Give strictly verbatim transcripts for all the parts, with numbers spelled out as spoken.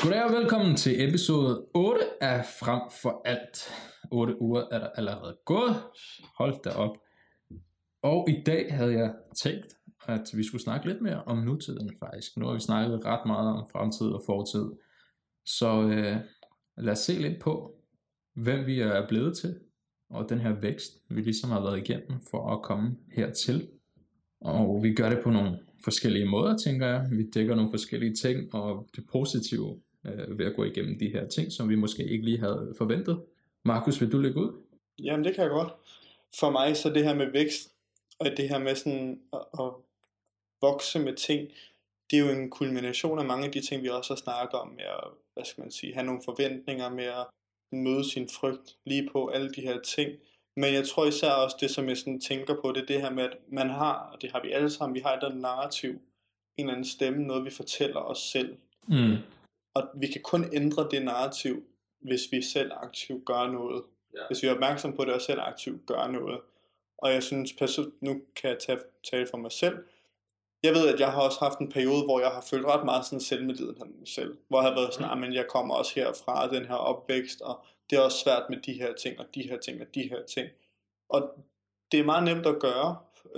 Goddag og velkommen til episode otte af Frem for Alt. otte uger er der allerede gået. Hold da op. Og i dag havde jeg tænkt, at vi skulle snakke lidt mere om nutiden faktisk. Nu har vi snakket ret meget om fremtid og fortid. Så øh, lad os se lidt på, hvem vi er blevet til. Og den her vækst, vi ligesom har været igennem for at komme hertil. Og vi gør det på nogle forskellige måder, tænker jeg. Vi dækker nogle forskellige ting, og det positive øh, ved at gå igennem de her ting, som vi måske ikke lige havde forventet. Markus, vil du lægge ud? Jamen det kan jeg godt. For mig så det her med vækst, og det her med sådan at, at vokse med ting, det er jo en kulmination af mange af de ting, vi også har snakket om, med at, hvad skal man sige, have nogle forventninger, med at møde sin frygt lige på alle de her ting. Men jeg tror især også det, som jeg sådan tænker på, det er det her med, at man har, og det har vi alle sammen, vi har et narrativ, en eller anden stemme, noget vi fortæller os selv. Mm. Og vi kan kun ændre det narrativ, hvis vi selv aktivt gør noget. Ja. Hvis vi er opmærksom på det, og selv aktivt gør noget. Og jeg synes, nu kan jeg tage, tale for mig selv. Jeg ved, at jeg har også haft en periode, hvor jeg har følt ret meget sådan selvmedlidenhed med mig selv. Hvor jeg har været sådan, men jeg kommer også herfra, den her opvækst, og det er også svært med de her ting, og de her ting, og de her ting. Og det er meget nemt at gøre.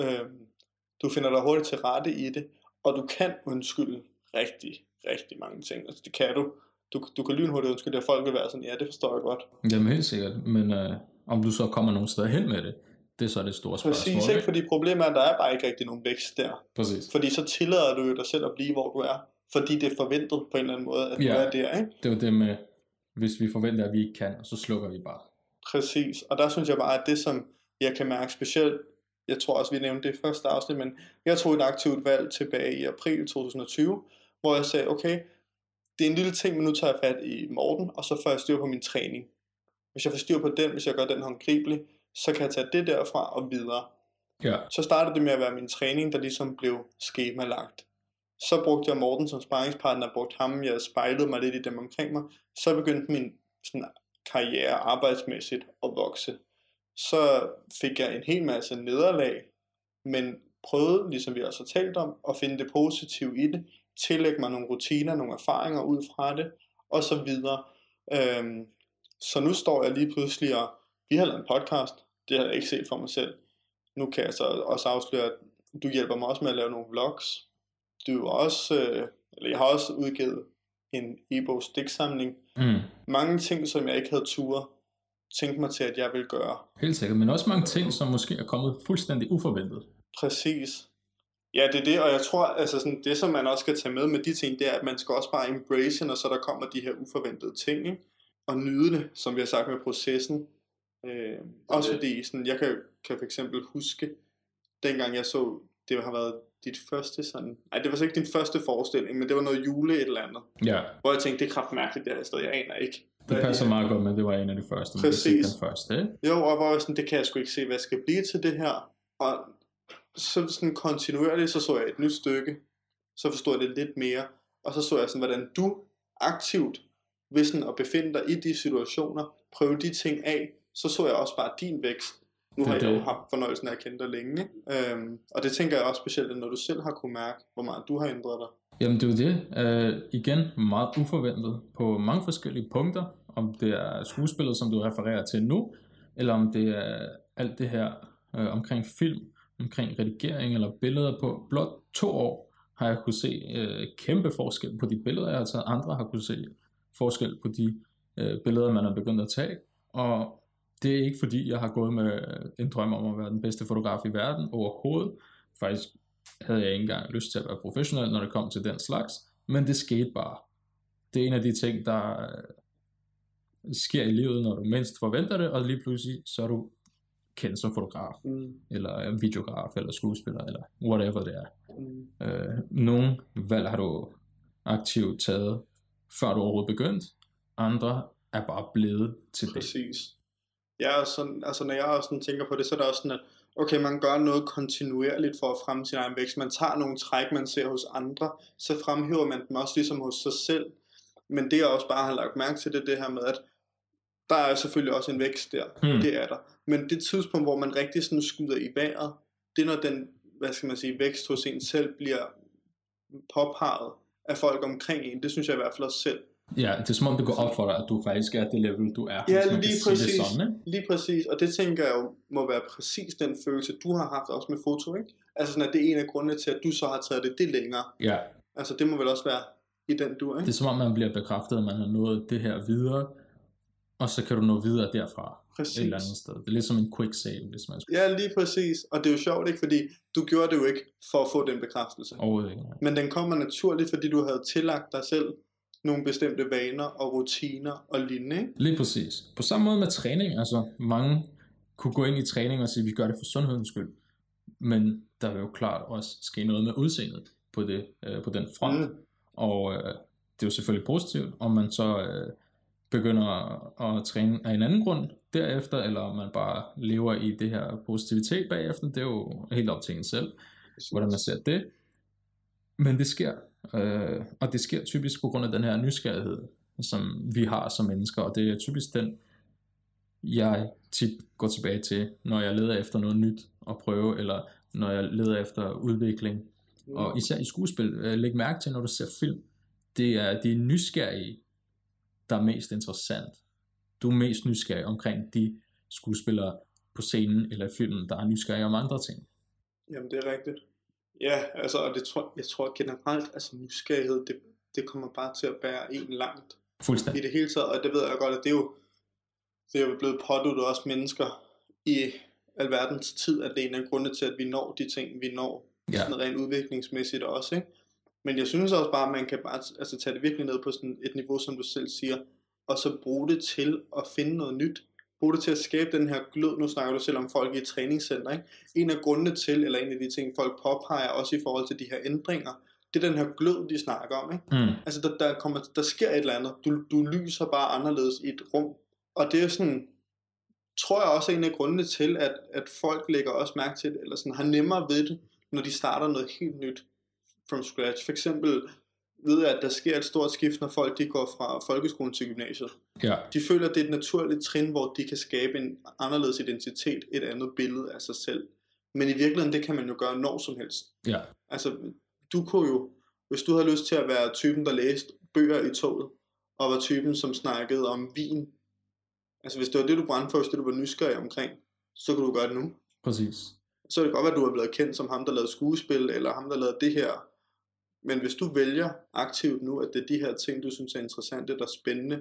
Du finder dig hurtigt til rette i det, og du kan undskylde rigtig, rigtig mange ting. Altså det kan du. Du, du kan lynhurtigt undskylde, at folk vil være sådan, ja, det forstår jeg godt. Jamen helt sikkert, men øh, om du så kommer nogen steder hen med det, det er så det store spørgsmål. Præcis, ikke? Fordi problemet er, at der er bare ikke rigtig nogen vækst der. Præcis. Fordi så tillader du dig selv at blive, hvor du er. Fordi det er forventet på en eller anden måde, at ja, du er der, ikke? Det er jo det med, hvis vi forventer, at vi ikke kan, så slukker vi bare. Præcis, og der synes jeg bare, at det som jeg kan mærke specielt, jeg tror også, vi nævnte det i første afsnit, men jeg tog et aktivt valg tilbage i april to tusind og tyve, hvor jeg sagde, okay, det er en lille ting, men nu tager jeg fat i morgen, og så får jeg styr på min træning. Hvis jeg får styr på den, hvis jeg gør den håndgribelig, så kan jeg tage det derfra og videre. Ja. Så startede det med at være min træning, der ligesom blev skemalagt. Så brugte jeg Morten som sparringspartner, brugte ham, jeg spejlede mig lidt i dem omkring mig. Så begyndte min sådan, karriere arbejdsmæssigt at vokse. Så fik jeg en hel masse nederlag, men prøvede, ligesom vi også har talt om, at finde det positive i det, tillægge mig nogle rutiner, nogle erfaringer ud fra det, og så videre. Øhm, så nu står jeg lige pludselig og vi har lavet en podcast, det har jeg ikke set for mig selv. Nu kan jeg så også afsløre, at du hjælper mig også med at lave nogle vlogs. Du er også, øh, eller jeg har også udgivet en e-bogs digtsamling. Mm. Mange ting, som jeg ikke havde tur tænkt mig til, at jeg vil gøre. Helt sikkert, men også mange ting, som måske er kommet fuldstændig uforventet. Præcis. Ja, det er det, og jeg tror, altså sådan, det som man også skal tage med med de ting, det er, at man skal også bare embrace, og så der kommer de her uforventede ting, ikke? Og nyde det, som vi har sagt med processen. Øh, også fordi sådan, jeg kan, kan for eksempel huske dengang jeg så, det har været dit første sådan, nej det var så ikke din første forestilling, men det var noget jule et eller andet, ja. Hvor jeg tænkte, det er kraftmærkeligt, det her sted, jeg aner ikke. Det passer meget godt med, det var en af de første. Præcis. Den første, ikke? Jo, og hvor jeg sådan, det kan jeg sgu ikke se, hvad jeg skal blive til det her. Og så sådan kontinuerligt, så så jeg et nyt stykke, så forstod jeg det lidt mere, og så så jeg sådan, hvordan du aktivt ved sådan at befinde dig i de situationer, prøve de ting af, så så jeg også bare din vækst. Nu det, har jeg det. jo haft fornøjelsen af at kende dig længe, øhm, og det tænker jeg også specielt, når du selv har kunne mærke, hvor meget du har ændret dig. Jamen det er jo det. Uh, igen, meget uforventet på mange forskellige punkter, om det er skuespillet, som du refererer til nu, eller om det er alt det her uh, omkring film, omkring redigering eller billeder. På blot to år har jeg kunne se uh, kæmpe forskel på de billeder, jeg har taget. Andre har kunne se forskel på de uh, billeder, man er begyndt at tage, og det er ikke fordi, jeg har gået med en drøm om at være den bedste fotograf i verden overhovedet. Faktisk havde jeg ikke engang lyst til at være professionel, når det kom til den slags. Men det skete bare. Det er en af de ting, der sker i livet, når du mindst forventer det, og lige pludselig så er du kendt som fotograf, mm. eller videograf, eller skuespiller, eller whatever det er. Mm. Øh, nogle valg har du aktivt taget, før du overhovedet begyndt. Andre er bare blevet til det. Præcis. Ja, og sådan, altså når jeg også sådan tænker på det, så er det også sådan, at okay, man gør noget kontinuerligt for at fremme sin egen vækst. Man tager nogle træk, man ser hos andre, så fremhæver man dem også ligesom hos sig selv. Men det jeg også bare har lagt mærke til, det det her med, at der er selvfølgelig også en vækst der. Mm. Det er der. Men det tidspunkt, hvor man rigtig sådan skyder i vejret, det er når den, hvad skal man sige, vækst hos en selv bliver påpeget af folk omkring en. Det synes jeg i hvert fald også selv. Ja, det er som om det går op for dig, at du faktisk er det level, du er. Ja, hvis man lige kan sige præcis. Det sådan, ikke? Lige præcis. Og det tænker jeg jo må være præcis den følelse, du har haft også med foto, ikke? Altså sådan, at det er en af grundene til, at du så har taget det det længere. Ja. Altså det må vel også være i den du, ikke? Det er som om, man bliver bekræftet, at man har nået det her videre, og så kan du nå videre derfra. Præcis. Et eller andet sted. Det er lidt som en quick save, hvis man skulle. Ja, lige præcis. Og det er jo sjovt, ikke? Fordi du gjorde det jo ikke for at få den bekræftelse. Overhovedet ikke. Men den kommer naturligt, fordi du havde tillagt dig selv nogle bestemte vaner og rutiner og lignende, ikke? Lige præcis. På samme måde med træning, altså mange kunne gå ind i træning og sige, at vi gør det for sundhedens skyld. Men der vil jo klart også ske noget med udseendet på, det, øh, på den front. Mm. Og øh, det er jo selvfølgelig positivt, om man så øh, begynder at træne af en anden grund derefter, eller om man bare lever i det her positivitet bagefter. Det er jo helt op til en selv, hvordan man ser det. Men det sker, øh, og det sker typisk på grund af den her nysgerrighed, som vi har som mennesker, og det er typisk den, jeg tit går tilbage til, når jeg leder efter noget nyt at prøve, eller når jeg leder efter udvikling. Mm. Og især i skuespil, øh, læg mærke til, når du ser film, det er de nysgerrige, der er mest interessant. Du er mest nysgerrig omkring de skuespillere på scenen eller i filmen, der er nysgerrige om andre ting. Jamen det er rigtigt. Ja, altså, og det tror, jeg tror generelt, altså nysgerrighed, det, det kommer bare til at bære en langt. Fuldstændig. I det hele taget, og det ved jeg godt, at det er jo, det er jo blevet påduttet også mennesker i alverdens tid, at det er en af grunde til, at vi når de ting, vi når, ja. Sådan rent udviklingsmæssigt også, ikke? Men jeg synes også bare, at man kan bare altså, tage det virkelig ned på sådan et niveau, som du selv siger, og så bruge det til at finde noget nyt. Brug det til at skabe den her glød. Nu snakker du selv om folk i et træningscenter, ikke? En af grundene til, eller en af de ting, folk påpeger, også i forhold til de her ændringer, det er den her glød, de snakker om, ikke? Mm. Altså, der, der, kommer, der sker et eller andet. Du, du lyser bare anderledes i et rum. Og det er sådan, tror jeg også er en af grundene til, at, at folk lægger også mærke til det, eller sådan har nemmere ved det, når de starter noget helt nyt from scratch. For eksempel ved jeg, at der sker et stort skift, når folk de går fra folkeskolen til gymnasiet. Ja. De føler, at det er et naturligt trin, hvor de kan skabe en anderledes identitet, et andet billede af sig selv. Men i virkeligheden, det kan man jo gøre når som helst. Ja. Altså, du kunne jo, hvis du havde lyst til at være typen, der læste bøger i toget, og var typen, som snakkede om vin, altså hvis det var det, du brændte for, hvis det du var nysgerrig omkring, så kunne du gøre det nu. Præcis. Så er det godt, at du er blevet kendt som ham, der lavede skuespil, eller ham, der lavede det her. Men hvis du vælger aktivt nu, at det er de her ting, du synes er interessante, der er spændende,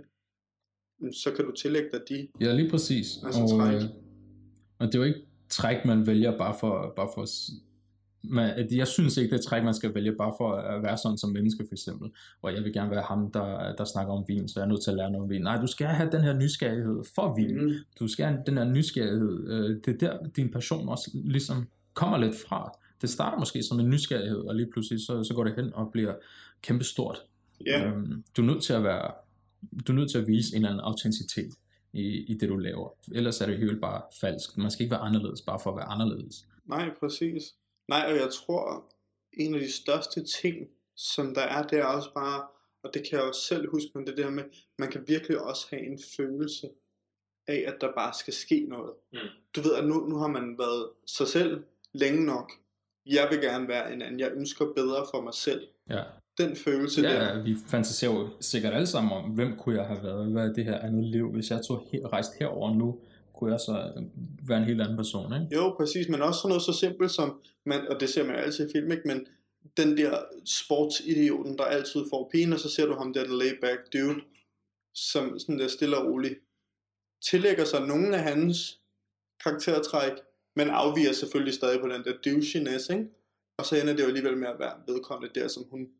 så kan du tillægge dig de. Ja, lige præcis. Altså og, træk. Øh, og det er jo ikke træk, man vælger bare for... Bare for man, jeg synes ikke, det er træk, man skal vælge bare for at være sådan som menneske, for eksempel. Hvor jeg vil gerne være ham, der, der snakker om vin, så jeg er nødt til at lære noget om vin. Nej, du skal have den her nysgerrighed for vin. Mm. Du skal have den her nysgerrighed. Det er der, din passion også ligesom kommer lidt fra. Det starter måske som en nysgerrighed, og lige pludselig så, så går det hen og bliver kæmpestort. Yeah. Øhm, du er nødt til at være, du er nødt til at vise en eller anden autenticitet i, i det, du laver. Ellers er det helt bare falsk. Man skal ikke være anderledes, bare for at være anderledes. Nej, præcis. Nej, og jeg tror, en af de største ting, som der er, det er også bare, og det kan jeg også selv huske, men det der med, man kan virkelig også have en følelse af, at der bare skal ske noget. Mm. Du ved, at nu, nu har man været sig selv længe nok. Jeg vil gerne være en anden. Jeg ønsker bedre for mig selv. Ja. Den følelse ja, der. Ja, vi fantaserer jo sikkert alle sammen om, hvem kunne jeg have været? Hvad er det her andet liv? Hvis jeg tog he- rejst herover nu, kunne jeg så være en helt anden person, ikke? Jo, præcis. Men også sådan noget så simpelt som, man, og det ser man altid i film, ikke? Men den der sportsidioten, der altid får pigen, og så ser du ham der, der layback dude, som sådan der stille og roligt tillægger sig nogle af hans karaktertræk, men afviger selvfølgelig stadig på den der douchiness, ikke? Og så ender det jo alligevel med at være vedkommende der, som hun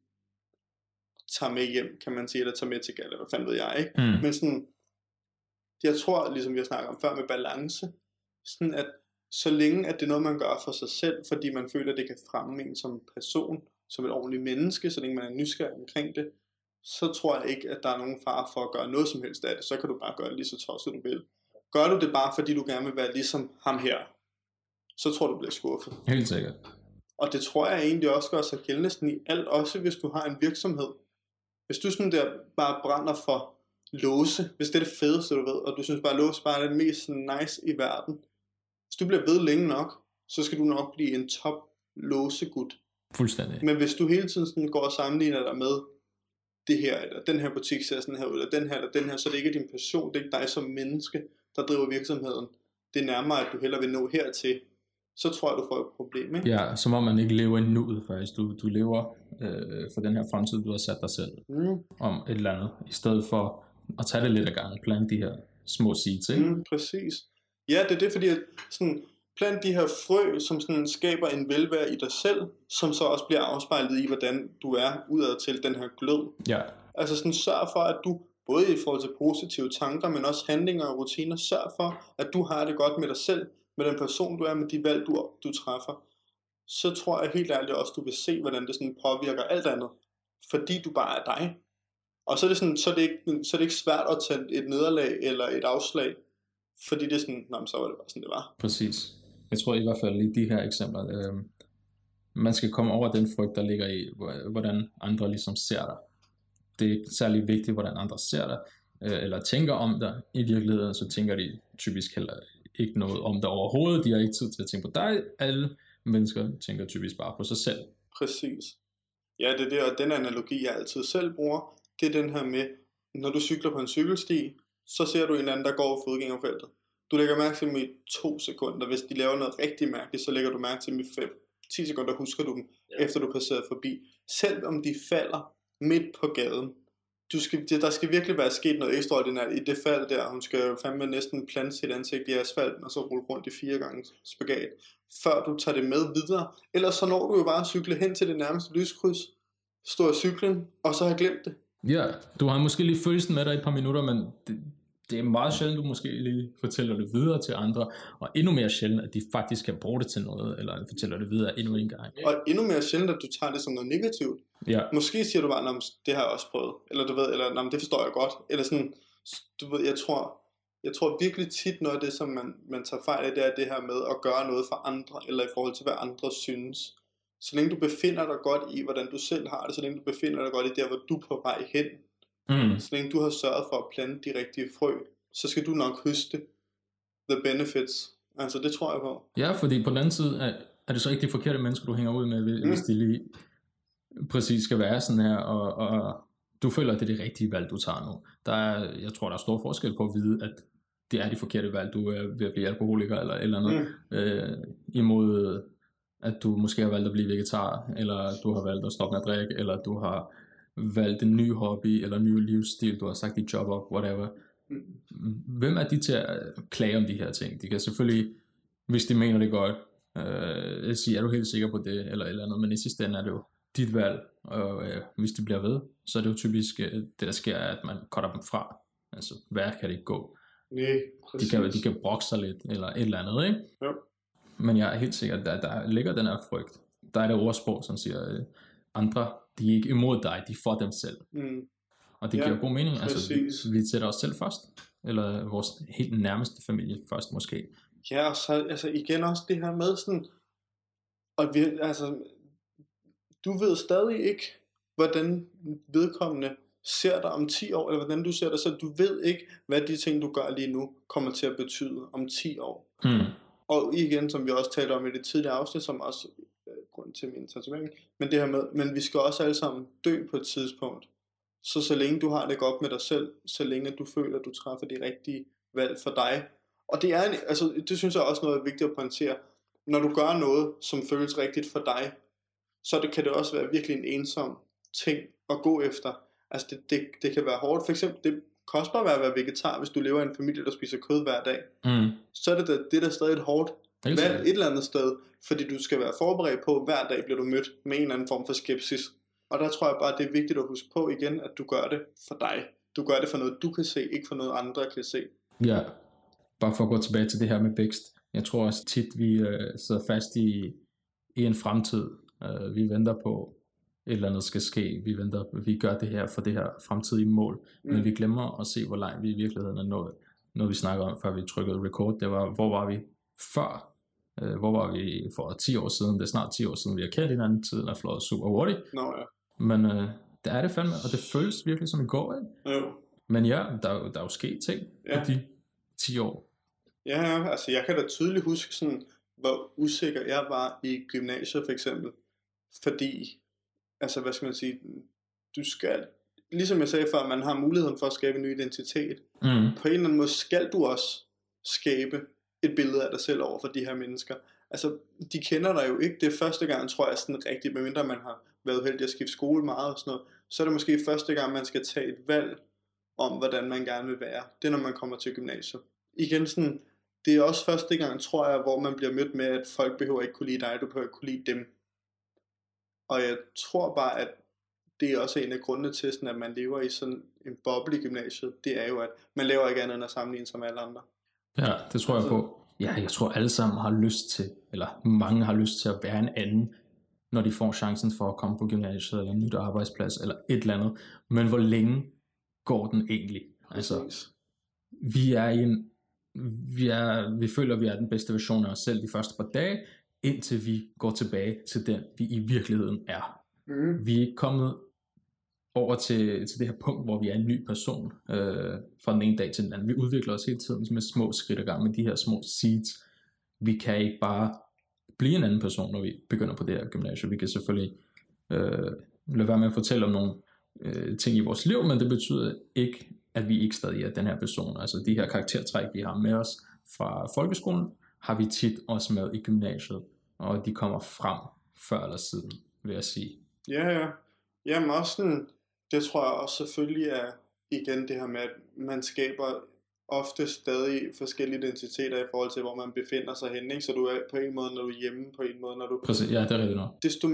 tager med hjem, kan man sige, eller tager med til gala, hvad fanden ved jeg, ikke? Mm. Men sådan, jeg tror, ligesom vi har snakket om før med balance, sådan at så længe at det er noget, man gør for sig selv, fordi man føler, at det kan fremme en som person, som et ordentligt menneske, så længe man er nysgerrig omkring det, så tror jeg ikke, at der er nogen fare for at gøre noget som helst af det. Så kan du bare gøre det lige så tosset du vil. Gør du det bare, fordi du gerne vil være ligesom ham her, så tror du bliver skuffet. Helt sikkert. Og det tror jeg egentlig også gør sig gældende sådan i alt, også hvis du har en virksomhed. Hvis du sådan der bare brænder for låse, hvis det er det fedeste du ved, og du synes bare, at låse bare er det mest nice i verden. Hvis du bliver ved længe nok, så skal du nok blive en top låsegud. Fuldstændig. Men hvis du hele tiden sådan går og sammenligner dig med det her, eller den her butik ser sådan her ud, eller den her, eller den her, så det ikke er din passion, det er ikke dig som menneske, der driver virksomheden. Det er nærmere, at du hellere vil nå hertil. Så tror jeg, du får et problem, ikke? Ja, så må man ikke leve i nuet, faktisk. Du, du lever øh, for den her fremtid, du har sat dig selv Mm. om et eller andet, i stedet for at tage det lidt af gangen, plante de her små seeds, ikke? Mm, præcis. Ja, det er det, fordi at sådan, plant de her frø, som sådan skaber en velvære i dig selv, som så også bliver afspejlet i, hvordan du er udad til den her glød. Ja, Altså sådan sørg for, at du, både i forhold til positive tanker, men også handlinger og rutiner, sørg for, at du har det godt med dig selv, med den person du er, med de valg du, du træffer. Så tror jeg helt ærligt også, du vil se, hvordan det sådan påvirker alt andet. Fordi du bare er dig. Og så er det, sådan, så er det, ikke, så er det ikke svært at tage et nederlag eller et afslag, fordi det er sådan, nej, så var det bare sådan, det var. præcis. Jeg tror i hvert fald i de her eksempler, øh, man skal komme over den frygt, der ligger i, hvordan andre ligesom ser dig. Det er ikke særlig vigtigt, hvordan andre ser dig, øh, eller tænker om dig. I virkeligheden, så tænker de typisk heller ikke noget om dig overhovedet. De har ikke tid til at tænke på dig. Alle mennesker tænker typisk bare på sig selv. Præcis. Ja, det er det, og den analogi, jeg altid selv bruger, det er den her med, når du cykler på en cykelsti, så ser du en anden, der går over fodgængerfeltet. Du lægger mærke til dem i to sekunder. Hvis de laver noget rigtig mærkeligt, så lægger du mærke til dem i fem. ti sekunder husker du dem, ja. Efter du passerer forbi. Selv om de falder midt på gaden. Du skal, der skal virkelig være sket noget ekstraordinært i det fald der. Hun skal jo fandme næsten plante sit ansigt i asfalten, og så rulle rundt i fire gange spagat, før du tager det med videre. Ellers så når du jo bare at cykle hen til det nærmeste lyskryds, stå i cyklen, og så har glemt det. Ja, du har måske lige følelsen med dig i et par minutter, men det, det er meget sjældent, du måske lige fortæller det videre til andre, og endnu mere sjældent, at de faktisk kan bruge det til noget, eller fortæller det videre endnu en gang. Og endnu mere sjældent, at du tager det som noget negativt. Ja. Måske siger du bare, at det har jeg også prøvet, eller du ved, eller det forstår jeg godt, eller sådan, du ved, jeg tror, jeg tror virkelig tit noget af det, som man, man tager fejl af, det er det her med at gøre noget for andre, eller i forhold til, hvad andre synes. Så længe du befinder dig godt i, hvordan du selv har det, så længe du befinder dig godt i der, hvor du er på vej hen, mm. så længe du har sørget for at plante de rigtige frø, så skal du nok høste the benefits. Altså det tror jeg på. Ja, fordi på den anden side er, er det så ikke de forkerte mennesker, du hænger ud med, hvis mm. de lige præcis skal være sådan her, og, og du føler, at det er det rigtige valg, du tager nu. Der er, jeg tror, der er stor forskel på at vide, at det er de forkerte valg, du er ved at blive alkoholiker eller eller andet, mm. øh, imod at du måske har valgt at blive vegetar, eller du har valgt at stoppe med at drikke, eller du har valgt en ny hobby, eller en ny livsstil, du har sagt dit job op, whatever. Hvem er de til at klage om de her ting? De kan selvfølgelig, hvis de mener det godt, øh, sige, er du helt sikker på det, eller eller andet, men i sidste ende er det jo dit valg, og øh, hvis de bliver ved, så er det jo typisk øh, det, der sker, at man cutter dem fra. Altså, hvad kan det ikke gå? Nej, de kan, de kan brokke sig lidt, eller et eller andet, ikke? Ja. Men jeg er helt sikker, at der, der ligger den her frygt. Der er det ordsprog, som siger, øh, andre, de er ikke imod dig, de er for dem selv. Mm. Og det ja, giver god mening. præcis. Altså, vi, vi sætter os selv først, eller vores helt nærmeste familie først måske. Ja, og så altså igen også det her med sådan, og vi, altså, du ved stadig ikke, hvordan vedkommende ser dig om ti år, eller hvordan du ser dig selv. Du ved ikke, hvad de ting, du gør lige nu, kommer til at betyde om ti år. Hmm. Og igen, som vi også talte om i det tidligere afsnit, som også øh, grund til min tatovering, men det her med, men vi skal også alle sammen dø på et tidspunkt. Så så længe du har det godt med dig selv, så længe du føler, at du træffer de rigtige valg for dig. Og det er, altså, det synes jeg også noget er vigtigt at pointere. Når du gør noget, som føles rigtigt for dig, så det, kan det også være virkelig en ensom ting at gå efter. Altså det, det, det kan være hårdt. For eksempel, det koster bare at være vegetar, hvis du lever i en familie, der spiser kød hver dag. Mm. Så er det, der, det er der stadig et hårdt valg et eller andet sted, fordi du skal være forberedt på, at hver dag bliver du mødt med en eller anden form for skepsis. Og der tror jeg bare, det er vigtigt at huske på igen, at du gør det for dig. Du gør det for noget, du kan se, ikke for noget, andre kan se. Ja, bare for at gå tilbage til det her med vækst. Jeg tror også tit, vi øh, sidder fast i, i en fremtid. Uh, vi venter på, et eller andet skal ske. Vi venter, vi gør det her for det her fremtidige mål. Mm. Men vi glemmer at se, hvor langt vi i virkeligheden er nået. Noget vi snakker om, før vi trykkede record, det var, hvor var vi før? Uh, hvor var vi for ti år siden? Det er snart ti år siden, vi har kendt hinanden. Tiden er flået super hurtigt. Nå ja. Men uh, det er det fandme, og det føles virkelig som i går, ikke? Jo. Men ja, der, der er jo sket ting ja. i de ti år. Ja, ja, altså jeg kan da tydeligt huske sådan, hvor usikker jeg var i gymnasiet for eksempel. Fordi, altså hvad skal man sige, du skal ligesom jeg sagde før, man har muligheden for at skabe en ny identitet. Mm. På en eller anden måde skal du også skabe et billede af dig selv over for de her mennesker. Altså, de kender dig jo ikke. Det er første gang, tror jeg, sådan rigtigt, medmindre man har været heldig at skifte skole meget og sådan noget, så er det måske første gang, man skal tage et valg om, hvordan man gerne vil være. Det er, når man kommer til gymnasiet. Igen sådan, det er også første gang, tror jeg, hvor man bliver mødt med, at folk behøver ikke kunne lide dig, du behøver ikke kunne lide dem. Og jeg tror bare, at det er også en af grundene til, sådan, at man lever i sådan en boble i gymnasiet. Det er jo, at man laver ikke andet end at sammenligne sig med alle andre. Ja, det tror jeg på. Ja, jeg tror alle sammen har lyst til, eller mange har lyst til at være en anden, når de får chancen for at komme på gymnasiet, eller en nyt arbejdsplads, eller et eller andet. Men hvor længe går den egentlig? Altså, vi er i en, vi, er, vi føler, at vi er den bedste version af os selv de første par dage, indtil vi går tilbage til den, vi i virkeligheden er. Mm. Vi er kommet over til, til det her punkt, hvor vi er en ny person øh, fra den ene dag til den anden. Vi udvikler os hele tiden med små skridt ad gang, med de her små seeds. Vi kan ikke bare blive en anden person, når vi begynder på det her gymnasium. Vi kan selvfølgelig øh, lade være med at fortælle om nogle øh, ting i vores liv, men det betyder ikke, at vi ikke stadig er den her person. Altså de her karaktertræk, vi har med os fra folkeskolen, har vi tit også med i gymnasiet, og de kommer frem før eller siden, vil jeg sige. Ja, ja. Jamen også sådan, det tror jeg også selvfølgelig er igen det her med, at man skaber ofte stadig forskellige identiteter i forhold til, hvor man befinder sig henne, ikke? Så du er på en måde, når du er hjemme, på en måde, når du... Præcis, ja, det er rigtigt nok. Desto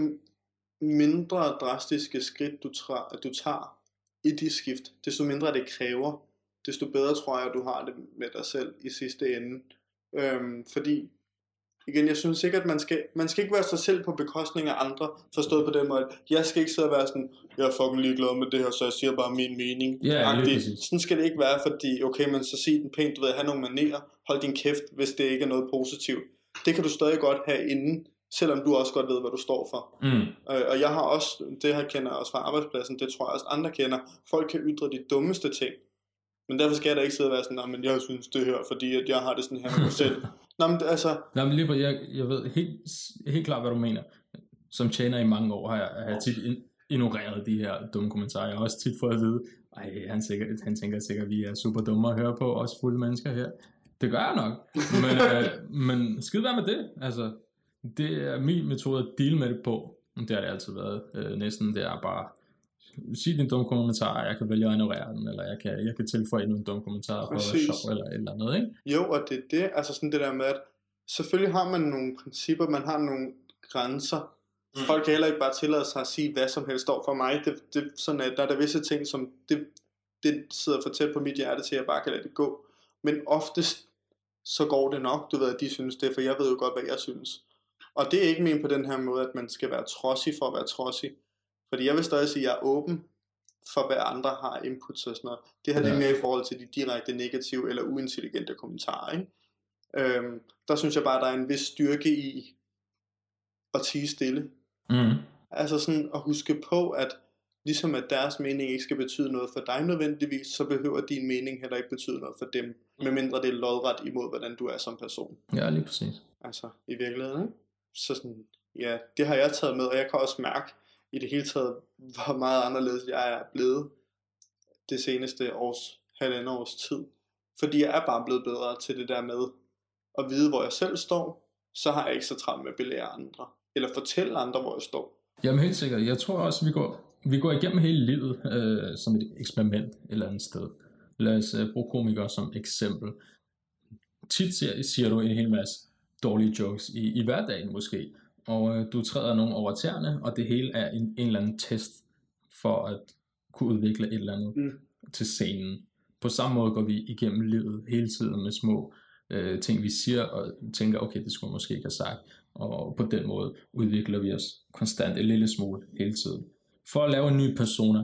mindre drastiske skridt, du, tra- du tager i de skift, desto mindre det kræver, desto bedre tror jeg, at du har det med dig selv i sidste ende. Øhm, fordi, igen, jeg synes ikke, at man skal, man skal ikke være sig selv på bekostning af andre, forstået på den måde, at jeg skal ikke sidde og være sådan, jeg er fucking ligeglad med det her, så jeg siger bare min mening. Ja, yeah, sådan skal det ikke være, fordi, okay, men så sig den pænt, du ved, have nogle manerer, hold din kæft, hvis det ikke er noget positivt. Det kan du stadig godt have inden, selvom du også godt ved, hvad du står for. Mm. Øh, og jeg har også, det her kender jeg også fra arbejdspladsen, det tror jeg også andre kender, folk kan ytre de dummeste ting, men derfor skal jeg da ikke sidde og være sådan, nej, men jeg synes det her, fordi at jeg har det sådan her med mig selv. Nå, men altså... Nå, men lige, jeg, jeg ved helt, helt klart, hvad du mener. Som tjener i mange år har jeg, har jeg tit ignoreret de her dumme kommentarer. Jeg har også tit fået at vide, ej, han, sikkert, han tænker sikkert, at vi er super dumme at høre på, også fulde mennesker her. Det gør jeg nok. Men, øh, men skid være med det. Altså, det er min metode at deal med det på. Det har det altid været. Øh, næsten det er bare, sig din dumme kommentar, jeg kan vælge at ignorere den, eller jeg kan, jeg kan tilføje nogle dumme kommentarer for sjov, eller et eller andet, ikke? Jo, og det er det, altså sådan det der med, at selvfølgelig har man nogle principper, man har nogle grænser. Mm. Folk kan heller ikke bare tillade sig at sige, hvad som helst står for mig. Det, det, sådan at der er der visse ting, som det, det sidder for tæt på mit hjerte til, at jeg bare kan lade det gå. Men oftest, så går det nok, du ved, at de synes det, for jeg ved jo godt, hvad jeg synes. Og det er ikke ment på den her måde, at man skal være trodsig for at være trodsig. Fordi jeg vil stadig sige, at jeg er åben for, hvad andre har inputs og sådan noget. Det her ja. Det er mere i forhold til de direkte negative eller uintelligente kommentarer, ikke? Øhm, der synes jeg bare, at der er en vis styrke i at tie stille. Mm. Altså sådan at huske på, at ligesom at deres mening ikke skal betyde noget for dig nødvendigvis, så behøver din mening heller ikke betyde noget for dem, medmindre det er lodret imod, hvordan du er som person. Ja, lige præcis. Altså i virkeligheden, ikke? Så sådan, ja, det har jeg taget med, og jeg kan også mærke i det hele taget, hvor meget anderledes jeg er blevet det seneste års, halvandet års tid. Fordi jeg er bare blevet bedre til det der med at vide, hvor jeg selv står, så har jeg ikke så travlt med at belære andre, eller fortælle andre, hvor jeg står. Jamen helt sikkert. Jeg tror også, vi går, vi går igennem hele livet øh, som et eksperiment et eller andet sted. Lad os øh, bruge komikere som eksempel. Tit siger, siger du en hel masse dårlige jokes i, i hverdagen måske, og øh, du træder nogen over tæerne, og det hele er en, en eller anden test for at kunne udvikle et eller andet mm. til scenen. På samme måde går vi igennem livet hele tiden med små øh, ting, vi siger, og tænker, okay, det skulle man måske ikke have sagt. Og på den måde udvikler vi os konstant en lille smule hele tiden. For at lave en ny persona,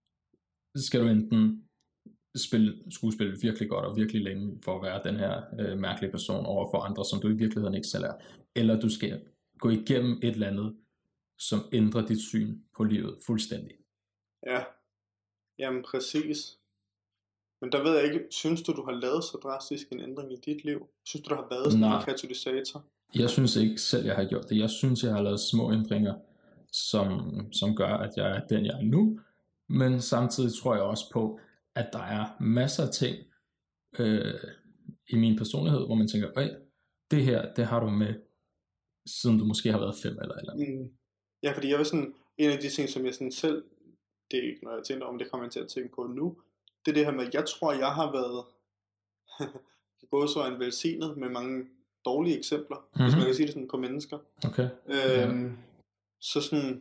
skal du enten spille skuespil virkelig godt og virkelig længe for at være den her øh, mærkelige person over for andre, som du i virkeligheden ikke selv er. Eller du skal gå igennem et eller andet, som ændrer dit syn på livet fuldstændig. Ja, jamen præcis. Men der ved jeg ikke, synes du, du har lavet så drastisk en ændring i dit liv? Synes du, der har været sådan en katalysator? Jeg synes ikke selv, jeg har gjort det. Jeg synes, jeg har lavet små ændringer, som, som gør, at jeg er den, jeg er nu. Men samtidig tror jeg også på, at der er masser af ting øh, i min personlighed, hvor man tænker, øj, det her, det har du med, siden du måske har været fem eller eller. Mm. Ja, fordi jeg var sådan, en af de ting, som jeg sådan selv, det er ikke noget, jeg tænker om, det kommer jeg til at tænke på nu, det er det her med, jeg tror, jeg har været gået så en velsignet med mange dårlige eksempler, mm-hmm. hvis man kan sige det sådan på mennesker. Okay. Øhm, ja. Så sådan,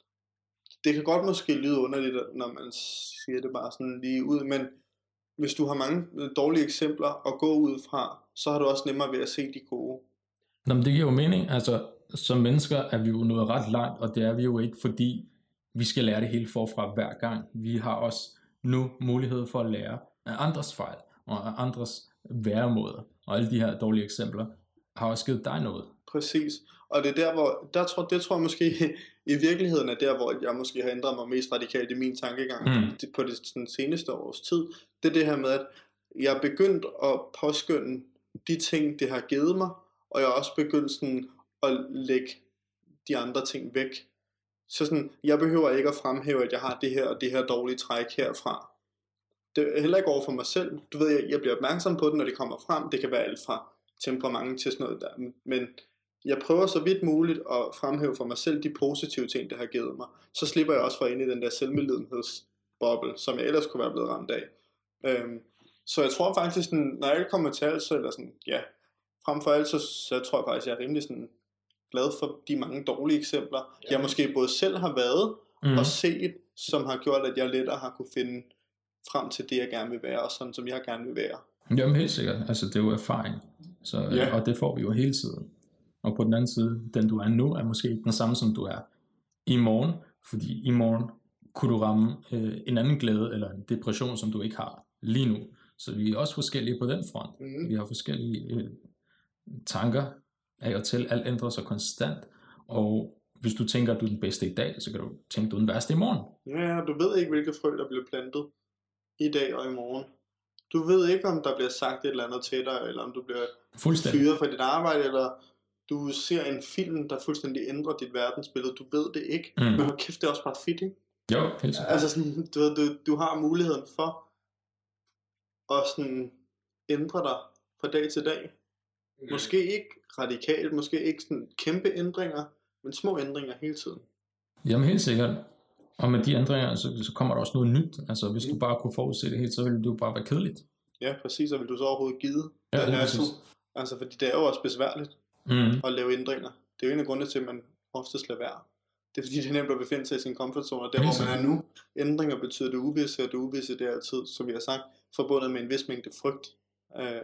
det kan godt måske lyde underligt, når man siger det bare sådan lige ud, men hvis du har mange dårlige eksempler at gå ud fra, så har du også nemmere ved at se de gode. Nå, men det giver jo mening. Altså, som mennesker er vi jo nået ret langt, og det er vi jo ikke, fordi vi skal lære det hele forfra hver gang. Vi har også nu mulighed for at lære af andres fejl, og af andres væremåder, og alle de her dårlige eksempler har også givet dig noget. Præcis, og det er der, hvor, der tror, det tror jeg måske i virkeligheden er der, hvor jeg måske har ændret mig mest radikalt i min tankegang mm. på det sådan, seneste års tid. Det er det her med, at jeg er begyndt at påskynde de ting, det har givet mig, og jeg er også begyndt sådan at lægge de andre ting væk. Så sådan, jeg behøver ikke at fremhæve, at jeg har det her og det her dårlige træk herfra. Det er heller ikke over for mig selv. Du ved, jeg, jeg bliver opmærksom på det, når det kommer frem. Det kan være alt fra temperament til sådan noget der. Men jeg prøver så vidt muligt at fremhæve for mig selv de positive ting, det har givet mig. Så slipper jeg også for ind i den der selvmedlidenhedsboble, som jeg ellers kunne være blevet ramt af. Øhm, så jeg tror faktisk, sådan, når jeg kommer til alt, så eller sådan, ja, frem for alt, så, så jeg tror jeg faktisk, jeg er rimelig sådan glad for de mange dårlige eksempler, ja. Jeg måske både selv har været mm. og set, som har gjort, at jeg lettere har kunne finde frem til det, jeg gerne vil være, og sådan som jeg gerne vil være. Jamen helt sikkert, altså det er jo erfaring, så, ja. Og det får vi jo hele tiden. Og på den anden side, den du er nu, er måske ikke den samme, som du er i morgen, fordi i morgen kunne du ramme øh, en anden glæde, eller en depression, som du ikke har lige nu. Så vi er også forskellige på den front. Mm. Vi har forskellige øh, tanker af og til, alt ændrer sig konstant, og hvis du tænker, at du er den bedste i dag, så kan du tænke, at du er den værste i morgen. Ja, du ved ikke, hvilke frø, der bliver plantet i dag og i morgen. Du ved ikke, om der bliver sagt et eller andet til dig, eller om du bliver fyret fra dit arbejde, eller du ser en film, der fuldstændig ændrer dit verdensbillede. Du ved det ikke, mm. men hold kæft, det er også bare fedt, ikke? Jo, helt sikkert. Altså sådan, du, du, du har muligheden for at sådan ændre dig fra dag til dag. Mm. Måske ikke radikalt, måske ikke sådan kæmpe ændringer, men små ændringer hele tiden. Jamen helt sikkert. Og med de ændringer, så, så kommer der også noget nyt. Altså hvis mm. du bare kunne forudse det helt, så ville det jo bare være kedeligt. Ja, præcis. Og vil du så overhovedet gide? Ja, det er præcis. Altså fordi det er jo også besværligt mm. at lave ændringer. Det er jo en af grundene til, at man oftest lader være. Det er fordi, det er nemt at befinde sig i sin comfort zone. Og der hvor man er nu, ændringer betyder det uvisse, og det uvisse det er altid, som vi har sagt, forbundet med en vis mængde frygt. Øh,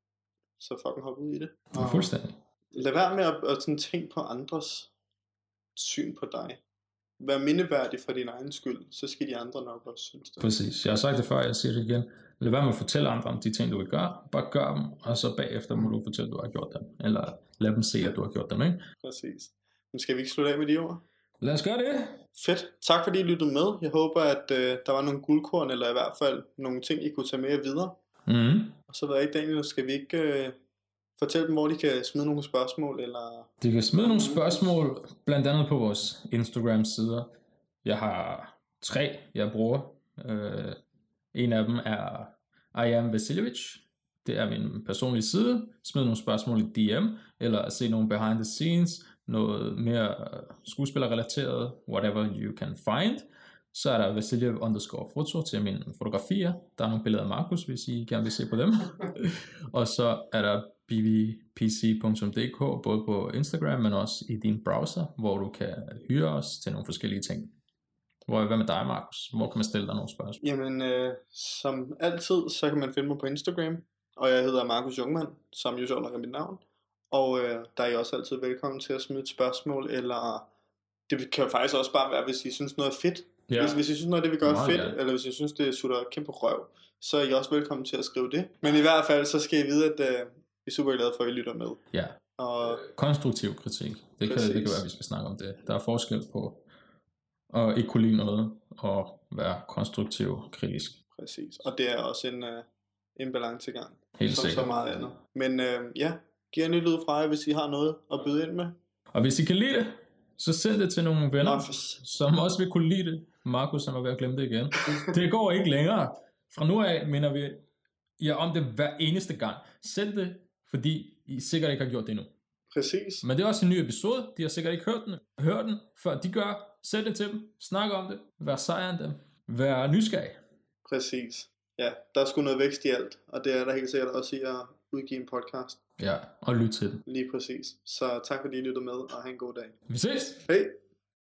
så fucking hop ud i det. Og ja, fuldstændig. Lad være med at, at sådan tænke på andres syn på dig. Vær mindeværdig for din egen skyld, så skal de andre nok også synes det. Præcis. Jeg har sagt det før, jeg siger det igen. Lad være med at fortælle andre om de ting, du vil gøre. Bare gør dem, og så bagefter må du fortælle, at du har gjort dem. Eller lad dem se, at du har gjort dem, ikke? Præcis. Men skal vi ikke slutte af med de ord? Lad os gøre det. Fedt. Tak fordi I lyttede med. Jeg håber, at øh, der var nogle guldkorn, eller i hvert fald nogle ting, I kunne tage med videre. Mm. Og så ved jeg ikke, Daniel, skal vi ikke øh, fortælle dem, hvor de kan smide nogle spørgsmål? Eller... De kan smide nogle spørgsmål, blandt andet på vores Instagram-sider. Jeg har tre, jeg bruger. Øh, en af dem er I am Vasiljevic. Det er min personlige side. Smid nogle spørgsmål i D M, eller se nogle behind the scenes, noget mere skuespillerrelateret, whatever you can find. Så er der Vasiljev underscore foto til mine fotografier. Der er nogle billeder af Markus, hvis I gerne vil se på dem. Og så er der b v p c punktum d k, både på Instagram, men også i din browser, hvor du kan hyre os til nogle forskellige ting. Hvor, hvad med dig, Markus? Hvor kan man stille dig nogle spørgsmål? Jamen, øh, som altid, så kan man finde mig på Instagram, og jeg hedder Markus Jungmann, som jo sjovt nok er mit navn. Og øh, der er I også altid velkommen til at smide et spørgsmål, eller det kan jo faktisk også bare være, hvis I synes noget er fedt. Ja. Hvis, hvis I synes noget af det, vi gør er fedt, ja. Eller hvis I synes, det sutter kæmpe røv, så er I også velkommen til at skrive det. Men i hvert fald, så skal I vide, at øh, vi er super glade for, at I lytter med. Ja, og konstruktiv kritik. Det kan, det kan være, at vi skal snakke om det. Der er forskel på at ikke kunne lide noget, og være konstruktiv kritisk. Præcis, og det er også en, øh, en balancegang. Helt som sikkert. Så meget andet. Men øh, ja, giv en lyd fra jer, hvis I har noget at byde ind med. Og hvis I kan lide det, så send det til nogle venner, Nå, for... som også vil kunne lide det. Markus, han var ved at glemme det igen. Det går ikke længere. Fra nu af minder vi jer om det hver eneste gang. Send det, fordi I sikkert ikke har gjort det endnu. Præcis. Men det er også en ny episode. De har sikkert ikke hørt den, hørt den før de gør. Send det til dem. Snak om det. Vær sejren dem. Vær nysgerrig. Præcis. Ja, der er sgu noget vækst i alt, og det er der helt sikkert også i at udgive en podcast. Ja, og lyt til den. Lige præcis. Så tak fordi I lyttede med, og have en god dag. Vi ses! Hej!